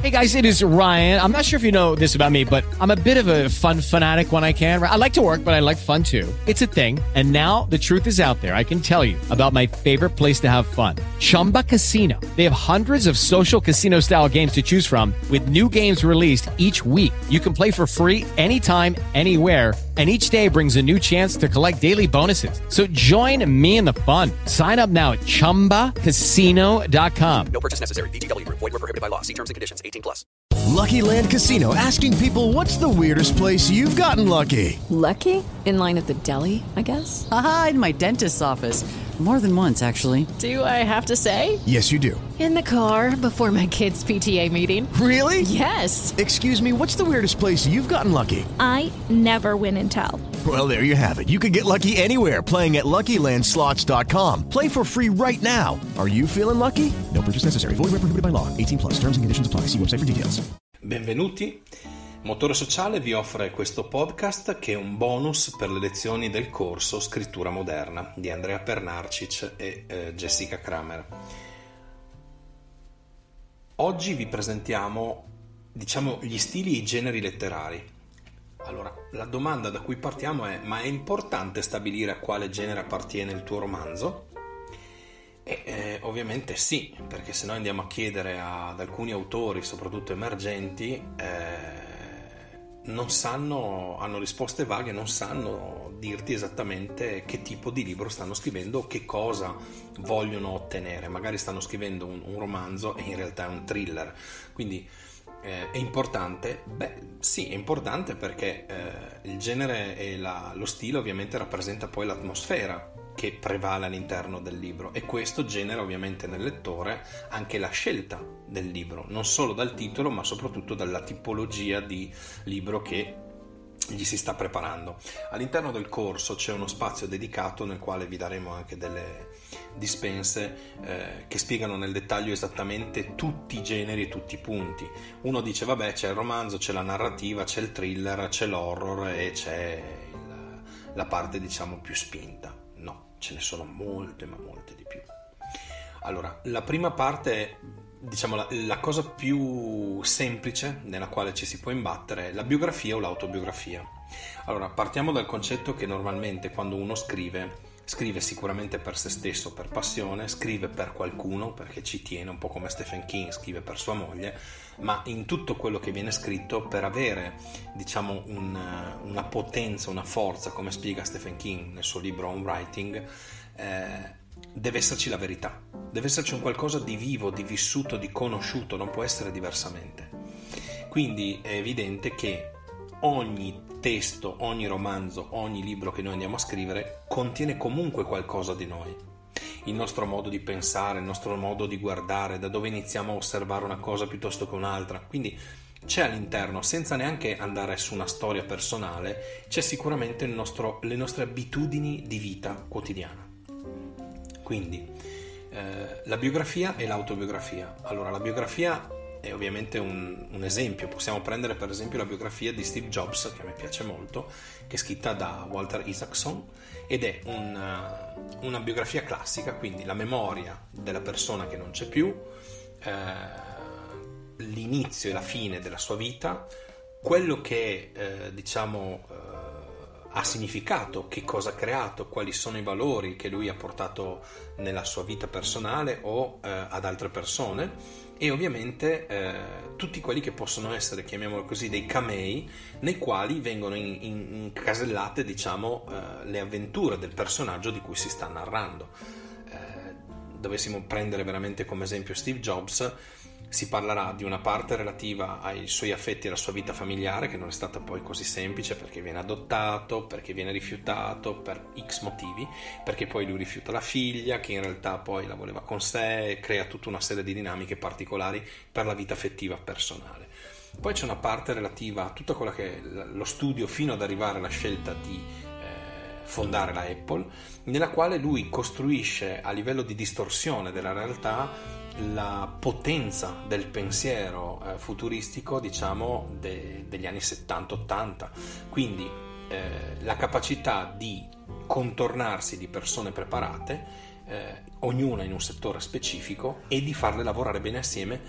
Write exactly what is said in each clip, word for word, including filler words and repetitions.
Hey guys, it is Ryan. I'm not sure if you know this about me, but I'm a bit of a fun fanatic when I can. I like to work, but I like fun too. It's a thing. And now the truth is out there. I can tell you about my favorite place to have fun. Chumba Casino. They have hundreds of social casino style games to choose from with new games released each week. You can play for free anytime, anywhere. And each day brings a new chance to collect daily bonuses. So join me in the fun. Sign up now at chumba casino dot com. No purchase necessary. V G W Group. Void where prohibited by law. See terms and conditions. eighteen plus. Lucky Land Casino, asking people, what's the weirdest place you've gotten lucky? Lucky? In line at the deli, I guess? Aha, in my dentist's office. More than once, actually. Do I have to say? Yes, you do. In the car before my kids' P T A meeting. Really? Yes. Excuse me, what's the weirdest place you've gotten lucky? I never win and tell. Well, there you have it. You can get lucky anywhere, playing at Lucky Land Slots dot com. Play for free right now. Are you feeling lucky? No purchase necessary. Void where prohibited by law. eighteen plus. Terms and conditions apply. See website for details. Benvenuti. Motore Sociale vi offre questo podcast che è un bonus per le lezioni del corso Scrittura Moderna di Andrea Pernarcic e eh, Jessica Kramer. Oggi vi presentiamo, diciamo, gli stili e i generi letterari. Allora, la domanda da cui partiamo è: ma è importante stabilire a quale genere appartiene il tuo romanzo? E eh, ovviamente sì, perché se noi andiamo a chiedere ad alcuni autori, soprattutto emergenti, eh, non sanno, hanno risposte vaghe, non sanno dirti esattamente che tipo di libro stanno scrivendo o che cosa vogliono ottenere. Magari stanno scrivendo un, un romanzo e in realtà è un thriller. Quindi eh, è importante? Beh, sì, è importante perché eh, il genere e la, lo stile ovviamente rappresenta poi l'atmosfera che prevale all'interno del libro, e questo genera ovviamente nel lettore anche la scelta del libro, non solo dal titolo ma soprattutto dalla tipologia di libro che gli si sta preparando. All'interno del corso c'è uno spazio dedicato nel quale vi daremo anche delle dispense eh, che spiegano nel dettaglio esattamente tutti i generi e tutti i punti. Uno dice vabbè, c'è il romanzo, c'è la narrativa, c'è il thriller, c'è l'horror e c'è il, la parte diciamo più spinta. No, ce ne sono molte, ma molte di più. Allora, la prima parte è, diciamo, la, la cosa più semplice nella quale ci si può imbattere è la biografia o l'autobiografia. Allora, partiamo dal concetto che normalmente quando uno scrive, scrive sicuramente per se stesso, per passione, scrive per qualcuno, perché ci tiene, un po' come Stephen King scrive per sua moglie, ma in tutto quello che viene scritto, per avere, diciamo, un, una potenza, una forza, come spiega Stephen King nel suo libro On Writing, eh, deve esserci la verità, deve esserci un qualcosa di vivo, di vissuto, di conosciuto, non può essere diversamente. Quindi è evidente che ogni testo, ogni romanzo, ogni libro che noi andiamo a scrivere contiene comunque qualcosa di noi. Il nostro modo di pensare, il nostro modo di guardare, da dove iniziamo a osservare una cosa piuttosto che un'altra. Quindi c'è all'interno, senza neanche andare su una storia personale, c'è sicuramente il nostro, le nostre abitudini di vita quotidiana. Quindi eh, la biografia e l'autobiografia. Allora, la biografia è ovviamente un, un esempio. Possiamo prendere per esempio la biografia di Steve Jobs, che a me piace molto, che è scritta da Walter Isaacson, ed è una, una biografia classica, quindi la memoria della persona che non c'è più, eh, l'inizio e la fine della sua vita, quello che eh, diciamo eh, ha significato, che cosa ha creato, quali sono i valori che lui ha portato nella sua vita personale o eh, ad altre persone, e ovviamente eh, tutti quelli che possono essere, chiamiamolo così, dei camei nei quali vengono in, in, incasellate, diciamo, eh, le avventure del personaggio di cui si sta narrando. Eh, dovessimo prendere veramente come esempio Steve Jobs, si parlerà di una parte relativa ai suoi affetti e alla sua vita familiare, che non è stata poi così semplice, perché viene adottato, perché viene rifiutato per X motivi, perché poi lui rifiuta la figlia che in realtà poi la voleva con sé, e crea tutta una serie di dinamiche particolari per la vita affettiva personale. Poi c'è una parte relativa a tutto quello che è lo studio fino ad arrivare alla scelta di eh, fondare la Apple, nella quale lui costruisce a livello di distorsione della realtà la potenza del pensiero eh, futuristico, diciamo, de, degli anni settanta ottanta. Quindi eh, la capacità di contornarsi di persone preparate, eh, ognuna in un settore specifico, e di farle lavorare bene assieme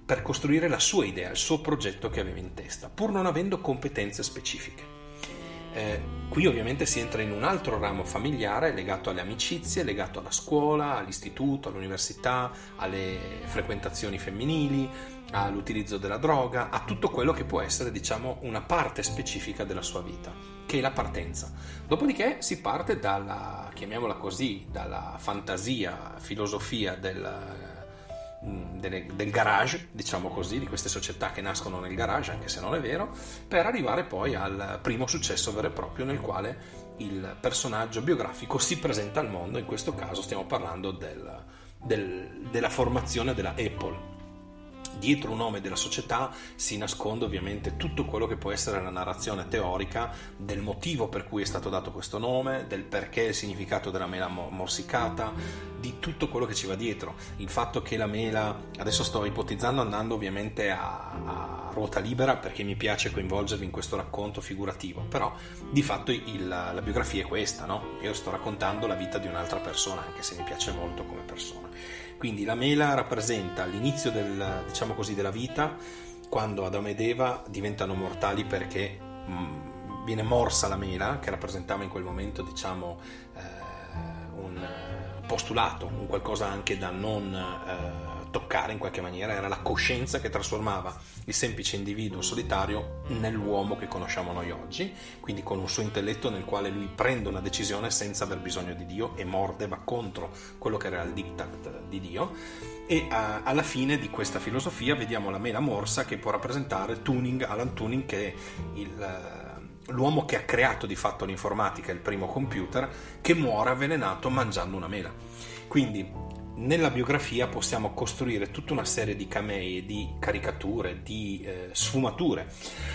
per costruire la sua idea, il suo progetto che aveva in testa, pur non avendo competenze specifiche. Eh, qui ovviamente si entra in un altro ramo familiare legato alle amicizie, legato alla scuola, all'istituto, all'università, alle frequentazioni femminili, all'utilizzo della droga, a tutto quello che può essere, diciamo, una parte specifica della sua vita, che è la partenza. Dopodiché si parte dalla, chiamiamola così, dalla fantasia, filosofia del Delle, del garage, diciamo così, di queste società che nascono nel garage, anche se non è vero, per arrivare poi al primo successo vero e proprio, nel quale il personaggio biografico si presenta al mondo. In questo caso stiamo parlando del, del, della formazione della Apple. Dietro un nome della società si nasconde ovviamente tutto quello che può essere la narrazione teorica del motivo per cui è stato dato questo nome, del perché, il significato della mela morsicata, di tutto quello che ci va dietro. Il fatto che la mela, adesso sto ipotizzando andando ovviamente a, a ruota libera perché mi piace coinvolgervi in questo racconto figurativo, però di fatto il, la biografia è questa, no? Io sto raccontando la vita di un'altra persona, anche se mi piace molto come persona. Quindi la mela rappresenta l'inizio del, diciamo così, della vita, quando Adamo ed Eva diventano mortali perché mh, viene morsa la mela, che rappresentava in quel momento, diciamo, eh, un postulato, un qualcosa anche da non eh, toccare in qualche maniera. Era la coscienza che trasformava il semplice individuo solitario nell'uomo che conosciamo noi oggi, quindi con un suo intelletto nel quale lui prende una decisione senza aver bisogno di Dio e morde, va contro quello che era il diktat di Dio. E uh, alla fine di questa filosofia vediamo la mela morsa, che può rappresentare Turing, Alan Turing, che è il, uh, l'uomo che ha creato di fatto l'informatica, il primo computer, che muore avvelenato mangiando una mela. Quindi nella biografia possiamo costruire tutta una serie di camei, di caricature, di eh, sfumature,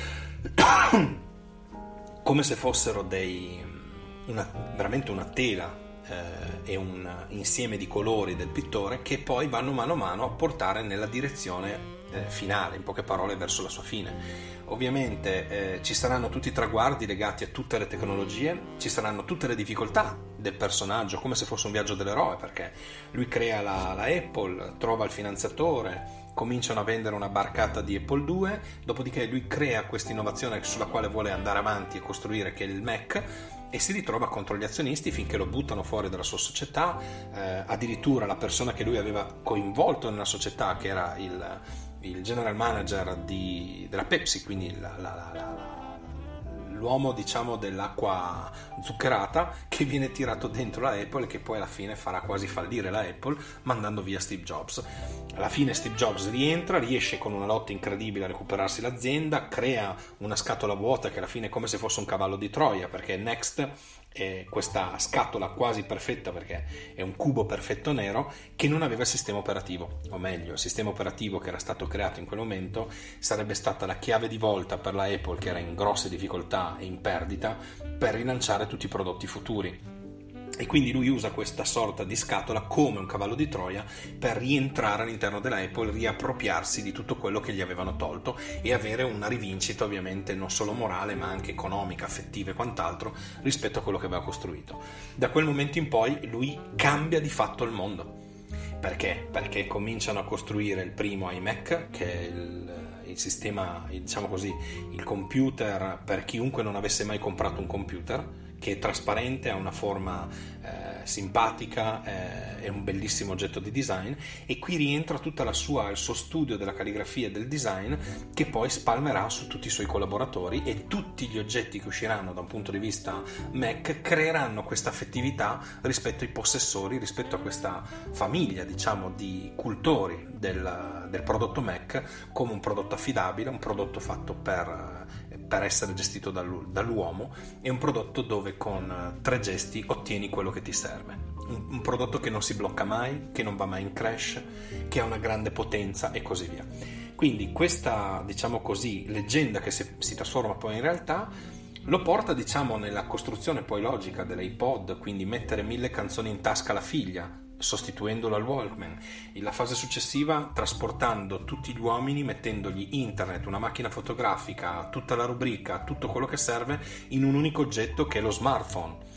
come se fossero dei, una, veramente una tela eh, e un insieme di colori del pittore, che poi vanno mano a mano a portare nella direzione eh, finale, in poche parole verso la sua fine. Ovviamente eh, ci saranno tutti i traguardi legati a tutte le tecnologie, ci saranno tutte le difficoltà del personaggio, come se fosse un viaggio dell'eroe, perché lui crea la, la Apple, trova il finanziatore, cominciano a vendere una barcata di Apple due, dopodiché lui crea questa innovazione sulla quale vuole andare avanti e costruire, che è il Mac, e si ritrova contro gli azionisti finché lo buttano fuori dalla sua società. Eh, addirittura la persona che lui aveva coinvolto nella società, che era il il general manager di, della Pepsi, quindi la, la, la, la, l'uomo, diciamo, dell'acqua zuccherata, che viene tirato dentro la Apple e che poi alla fine farà quasi fallire la Apple mandando via Steve Jobs. Alla fine Steve Jobs rientra, riesce con una lotta incredibile a recuperarsi l'azienda, crea una scatola vuota che alla fine è come se fosse un cavallo di Troia, perché Next è questa scatola quasi perfetta, perché è un cubo perfetto nero, che non aveva sistema operativo, o meglio, il sistema operativo che era stato creato in quel momento sarebbe stata la chiave di volta per la Apple, che era in grosse difficoltà e in perdita, per rilanciare tutti i prodotti futuri. E quindi lui usa questa sorta di scatola come un cavallo di Troia per rientrare all'interno della Apple, riappropriarsi di tutto quello che gli avevano tolto e avere una rivincita, ovviamente non solo morale ma anche economica, affettiva e quant'altro, rispetto a quello che aveva costruito. Da quel momento in poi lui cambia di fatto il mondo. Perché? Perché cominciano a costruire il primo iMac, che è il, il sistema, diciamo così, il computer per chiunque non avesse mai comprato un computer, che è trasparente, ha una forma eh, simpatica, eh, è un bellissimo oggetto di design, e qui rientra tutta la sua, il suo studio della calligrafia e del design, che poi spalmerà su tutti i suoi collaboratori, e tutti gli oggetti che usciranno da un punto di vista Mac creeranno questa affettività rispetto ai possessori, rispetto a questa famiglia, diciamo, di cultori del, del prodotto Mac, come un prodotto affidabile, un prodotto fatto per, per essere gestito dall'uomo, e un prodotto dove con tre gesti ottieni quello che ti serve. Un, un prodotto che non si blocca mai, che non va mai in crash, che ha una grande potenza e così via. Quindi questa, diciamo così, leggenda che si, si trasforma poi in realtà lo porta, diciamo, nella costruzione poi logica dell'iPod, quindi mettere mille canzoni in tasca alla figlia, sostituendolo al Walkman. In la fase successiva trasportando tutti gli uomini, mettendogli internet, una macchina fotografica, tutta la rubrica, tutto quello che serve in un unico oggetto che è lo smartphone.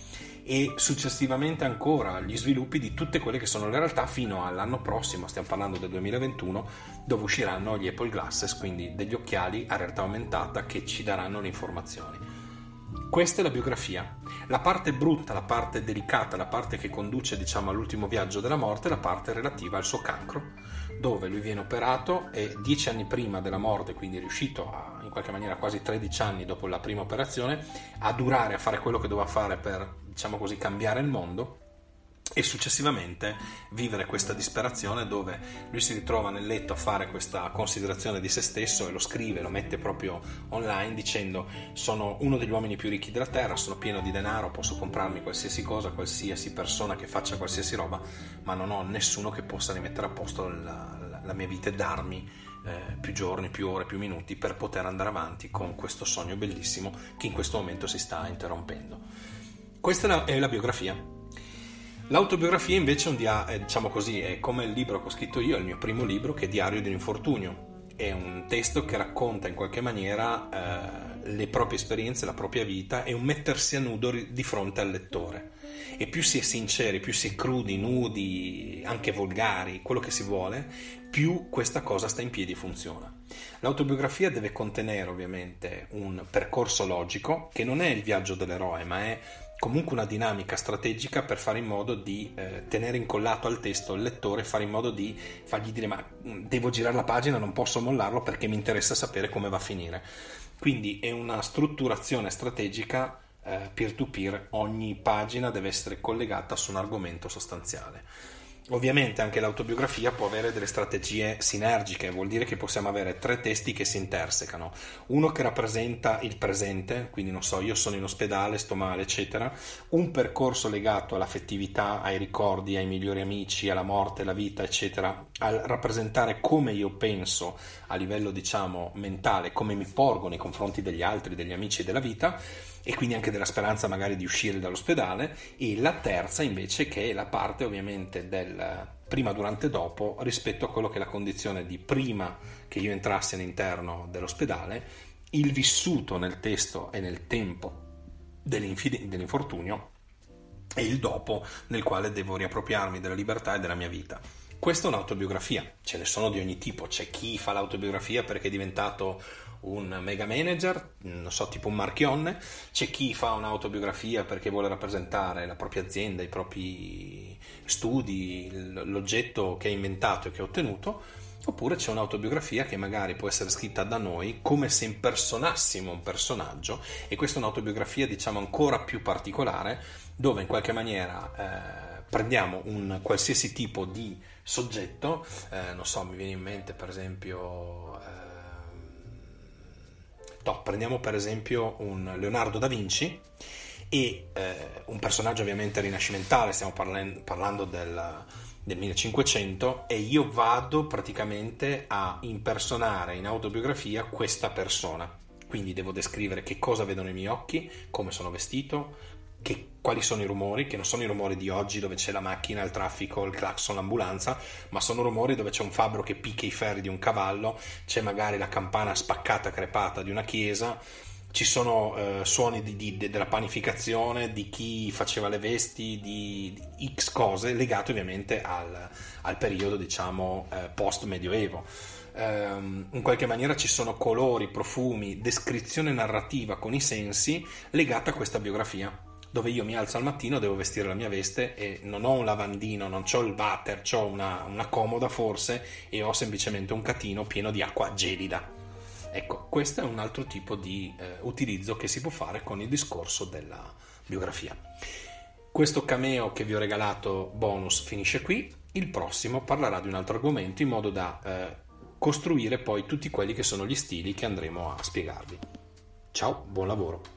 e successivamente ancora gli sviluppi di tutte quelle che sono le realtà fino all'anno prossimo, stiamo parlando del duemilaventuno, dove usciranno gli Apple Glasses, quindi degli occhiali a realtà aumentata che ci daranno le informazioni. Questa è la biografia. La parte brutta, la parte delicata, la parte che conduce, diciamo, all'ultimo viaggio della morte, è la parte relativa al suo cancro, dove lui viene operato e dieci anni prima della morte, quindi è riuscito a, in qualche maniera quasi tredici anni dopo la prima operazione, a durare, a fare quello che doveva fare per, diciamo così, cambiare il mondo, e successivamente vivere questa disperazione dove lui si ritrova nel letto a fare questa considerazione di se stesso e lo scrive, lo mette proprio online dicendo: sono uno degli uomini più ricchi della terra, sono pieno di denaro, posso comprarmi qualsiasi cosa, qualsiasi persona che faccia qualsiasi roba, ma non ho nessuno che possa rimettere a posto la, la, la mia vita e darmi eh, più giorni, più ore, più minuti per poter andare avanti con questo sogno bellissimo che in questo momento si sta interrompendo. Questa è la, è la biografia. L'autobiografia invece è, un dia- è, diciamo così, è come il libro che ho scritto io, il mio primo libro, che è Diario di un infortunio. È un testo che racconta in qualche maniera eh, le proprie esperienze, la propria vita, e un mettersi a nudo di fronte al lettore. E più si è sinceri, più si è crudi, nudi, anche volgari, quello che si vuole, più questa cosa sta in piedi e funziona. L'autobiografia deve contenere ovviamente un percorso logico, che non è il viaggio dell'eroe, ma è comunque una dinamica strategica per fare in modo di eh, tenere incollato al testo il lettore, fare in modo di fargli dire: ma devo girare la pagina, non posso mollarlo perché mi interessa sapere come va a finire. Quindi è una strutturazione strategica eh, peer-to-peer, ogni pagina deve essere collegata su un argomento sostanziale. Ovviamente anche l'autobiografia può avere delle strategie sinergiche, vuol dire che possiamo avere tre testi che si intersecano, uno che rappresenta il presente, quindi non so, io sono in ospedale, sto male, eccetera, un percorso legato all'affettività, ai ricordi, ai migliori amici, alla morte, alla vita, eccetera, al rappresentare come io penso a livello, diciamo, mentale, come mi porgo nei confronti degli altri, degli amici e della vita, e quindi anche della speranza magari di uscire dall'ospedale. E la terza invece, che è la parte ovviamente del prima, durante e dopo, rispetto a quello che è la condizione di prima che io entrassi all'interno dell'ospedale, il vissuto nel testo e nel tempo dell'infortunio, e il dopo nel quale devo riappropriarmi della libertà e della mia vita. Questa è un'autobiografia, ce ne sono di ogni tipo. C'è chi fa l'autobiografia perché è diventato un mega manager, non so, tipo un Marchionne. C'è chi fa un'autobiografia perché vuole rappresentare la propria azienda, i propri studi, l'oggetto che ha inventato e che ha ottenuto. Oppure c'è un'autobiografia che magari può essere scritta da noi come se impersonassimo un personaggio, e questa è un'autobiografia, diciamo, ancora più particolare, dove in qualche maniera eh, prendiamo un qualsiasi tipo di soggetto, eh, non so, mi viene in mente per esempio eh, no, prendiamo per esempio un Leonardo da Vinci e eh, un personaggio ovviamente rinascimentale, stiamo parla- parlando del, del millecinquecento, e io vado praticamente a impersonare in autobiografia questa persona, quindi devo descrivere che cosa vedono i miei occhi, come sono vestito, che, quali sono i rumori, che non sono i rumori di oggi dove c'è la macchina, il traffico, il clacson, l'ambulanza, ma sono rumori dove c'è un fabbro che picchia i ferri di un cavallo, c'è magari la campana spaccata, crepata di una chiesa, ci sono eh, suoni di, di, della panificazione, di chi faceva le vesti, di, di X cose legate ovviamente al, al periodo, diciamo, eh, post-medioevo. Um, in qualche maniera ci sono colori, profumi, descrizione narrativa con i sensi legata a questa biografia, dove io mi alzo al mattino, devo vestire la mia veste e non ho un lavandino, non ho il water, ho una, una comoda forse, e ho semplicemente un catino pieno di acqua gelida. Ecco, questo è un altro tipo di eh, utilizzo che si può fare con il discorso della biografia. Questo cameo che vi ho regalato bonus finisce qui. Il prossimo parlerà di un altro argomento, in modo da eh, costruire poi tutti quelli che sono gli stili che andremo a spiegarvi. Ciao, buon lavoro!